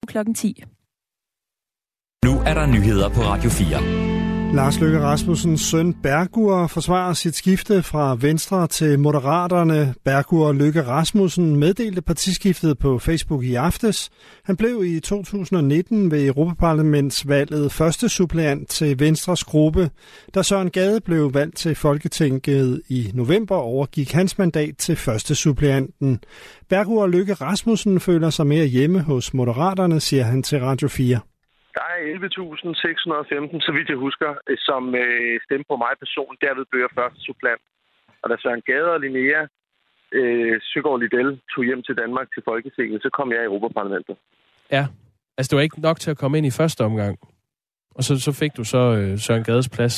klokken 10. Nu er der nyheder på Radio 4. Lars Løkke Rasmussens søn Bergur forsvarer sit skifte fra Venstre til Moderaterne. Bergur Løkke Rasmussen meddelte partiskiftet på Facebook i aftes. Han blev i 2019 ved Europaparlamentsvalget første suppleant til Venstres gruppe. Da Søren Gade blev valgt til Folketinget i november, overgik hans mandat til første suppleanten. Bergur Løkke Rasmussen føler sig mere hjemme hos Moderaterne, siger han til Radio 4. Der er 11.615, så vidt jeg husker, som stemte på mig personligt. Derved blev jeg første suppleant. Og da Søren Gade og Linnea Søgaard Lidell tog hjem til Danmark til Folketinget, så kom jeg i Europaparlamentet. Ja, altså det var ikke nok til at komme ind i første omgang. Og så fik du så Søren Gades plads.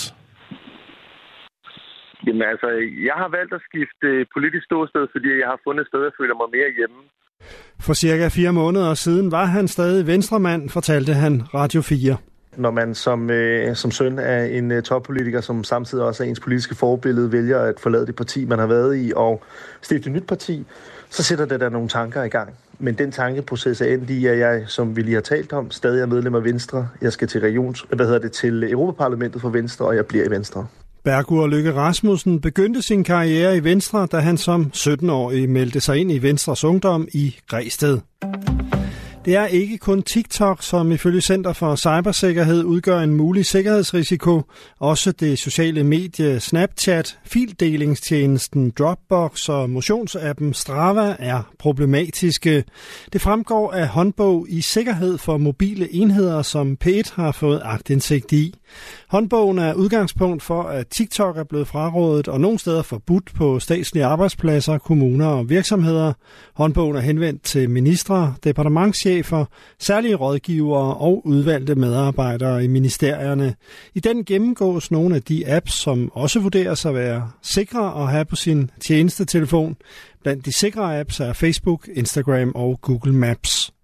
Jamen altså, jeg har valgt at skifte politisk ståsted, fordi jeg har fundet et sted, jeg føler mig mere hjemme. For cirka 4 måneder siden var han stadig venstremand, fortalte han Radio 4. Når man som søn af en toppolitiker, som samtidig også er ens politiske forbillede, vælger at forlade det parti, man har været i, og stifte et nyt parti, så sætter det der nogle tanker i gang. Men den tankeproces er endt i, at jeg, som vi lige har talt om, stadig er medlem af Venstre. Jeg skal til Europaparlamentet for Venstre, og jeg bliver i Venstre. Bergur Løkke Rasmussen begyndte sin karriere i Venstre, da han som 17-årig meldte sig ind i Venstres Ungdom i Græsted. Det er ikke kun TikTok, som ifølge Center for Cybersikkerhed udgør en mulig sikkerhedsrisiko. Også det sociale medie Snapchat, fildelingstjenesten Dropbox og motionsappen Strava er problematiske. Det fremgår af håndbog i sikkerhed for mobile enheder, som P1 har fået aktindsigt i. Håndbogen er udgangspunkt for, at TikTok er blevet frarådet og nogle steder forbudt på statslige arbejdspladser, kommuner og virksomheder. Håndbogen er henvendt til ministre, departementschefer, særlige rådgivere og udvalgte medarbejdere i ministerierne. I den gennemgås nogle af de apps, som også vurderes at være sikre at have på sin tjenestetelefon. Blandt de sikre apps er Facebook, Instagram og Google Maps.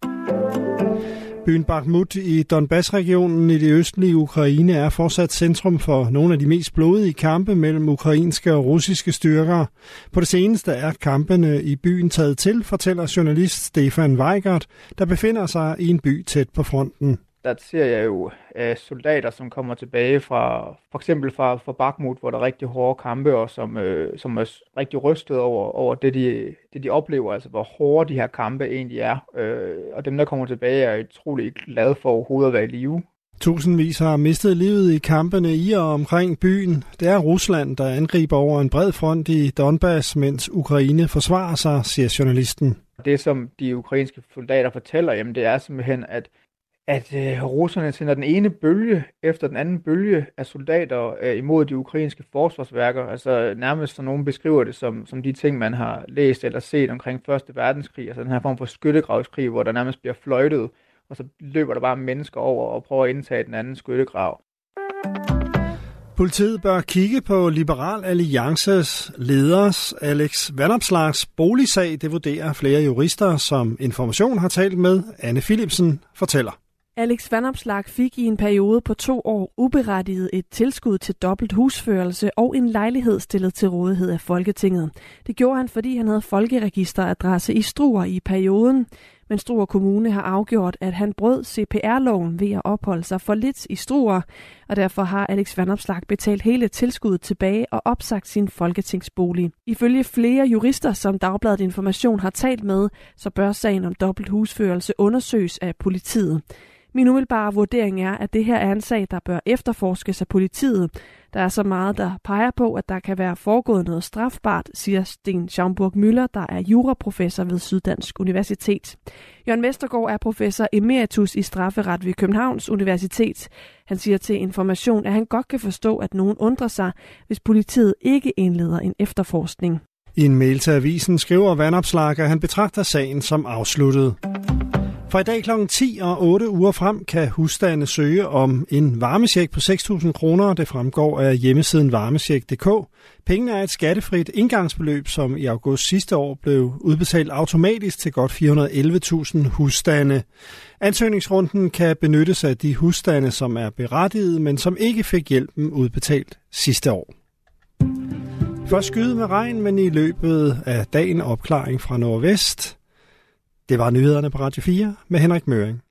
Byen Bakhmut i Donbass-regionen i det østlige Ukraine er fortsat centrum for nogle af de mest blodige kampe mellem ukrainske og russiske styrker. På det seneste er kampene i byen taget til, fortæller journalist Stefan Weigert, der befinder sig i en by tæt på fronten. Der ser jeg jo soldater, som kommer tilbage fra for eksempel fra Bakhmut, hvor der er rigtig hårde kampe, og som er rigtig rystet over det, de oplever, altså hvor hårde de her kampe egentlig er. Og dem, der kommer tilbage, er utrolig glade for overhovedet at være i live. Tusindvis har mistet livet i kampene i og omkring byen. Det er Rusland, der angriber over en bred front i Donbass, mens Ukraine forsvarer sig, siger journalisten. Det, som de ukrainske soldater fortæller, jamen, det er simpelthen, at russerne sender den ene bølge efter den anden bølge af soldater imod de ukrainske forsvarsværker. Altså nærmest som nogen beskriver det som de ting, man har læst eller set omkring 1. verdenskrig. Altså den her form for skyttegravskrig, hvor der nærmest bliver fløjtet, og så løber der bare mennesker over og prøver at indtage den anden skyttegrav. Politiet bør kigge på Liberal Alliances leders Alex Vanopslaghs boligsag. Det vurderer flere jurister, som Information har talt med. Anne Philipsen fortæller. Alex Vanopslagh fik i en periode på 2 år uberettiget et tilskud til dobbelt husførelse og en lejlighed stillet til rådighed af Folketinget. Det gjorde han, fordi han havde folkeregisteradresse i Struer i perioden. Men Struer Kommune har afgjort, at han brød CPR-loven ved at opholde sig for lidt i Struer, og derfor har Alex Vanopslagh betalt hele tilskuddet tilbage og opsagt sin folketingsbolig. Ifølge flere jurister, som Dagbladet Information har talt med, så bør sagen om dobbelt husførelse undersøges af politiet. Min umiddelbare vurdering er, at det her er en sag, der bør efterforskes af politiet. Der er så meget, der peger på, at der kan være foregået noget strafbart, siger Sten Schaumburg-Müller, der er juraprofessor ved Syddansk Universitet. Jørgen Vestergaard er professor emeritus i strafferet ved Københavns Universitet. Han siger til Information, at han godt kan forstå, at nogen undrer sig, hvis politiet ikke indleder en efterforskning. I en mail til avisen skriver Vanopslagh, at han betragter sagen som afsluttet. Fra i dag kl. 10 og 8 uger frem kan husstande søge om en varmecheck på 6.000 kroner. Det fremgår af hjemmesiden varmecheck.dk. Pengene er et skattefrit indgangsbeløb, som i august sidste år blev udbetalt automatisk til godt 411.000 husstande. Ansøgningsrunden kan benyttes af de husstande, som er berettiget, men som ikke fik hjælpen udbetalt sidste år. Først skyde med regn, men i løbet af dagen opklaring fra nordvest. Det var nyhederne på Radio 4 med Henrik Møring.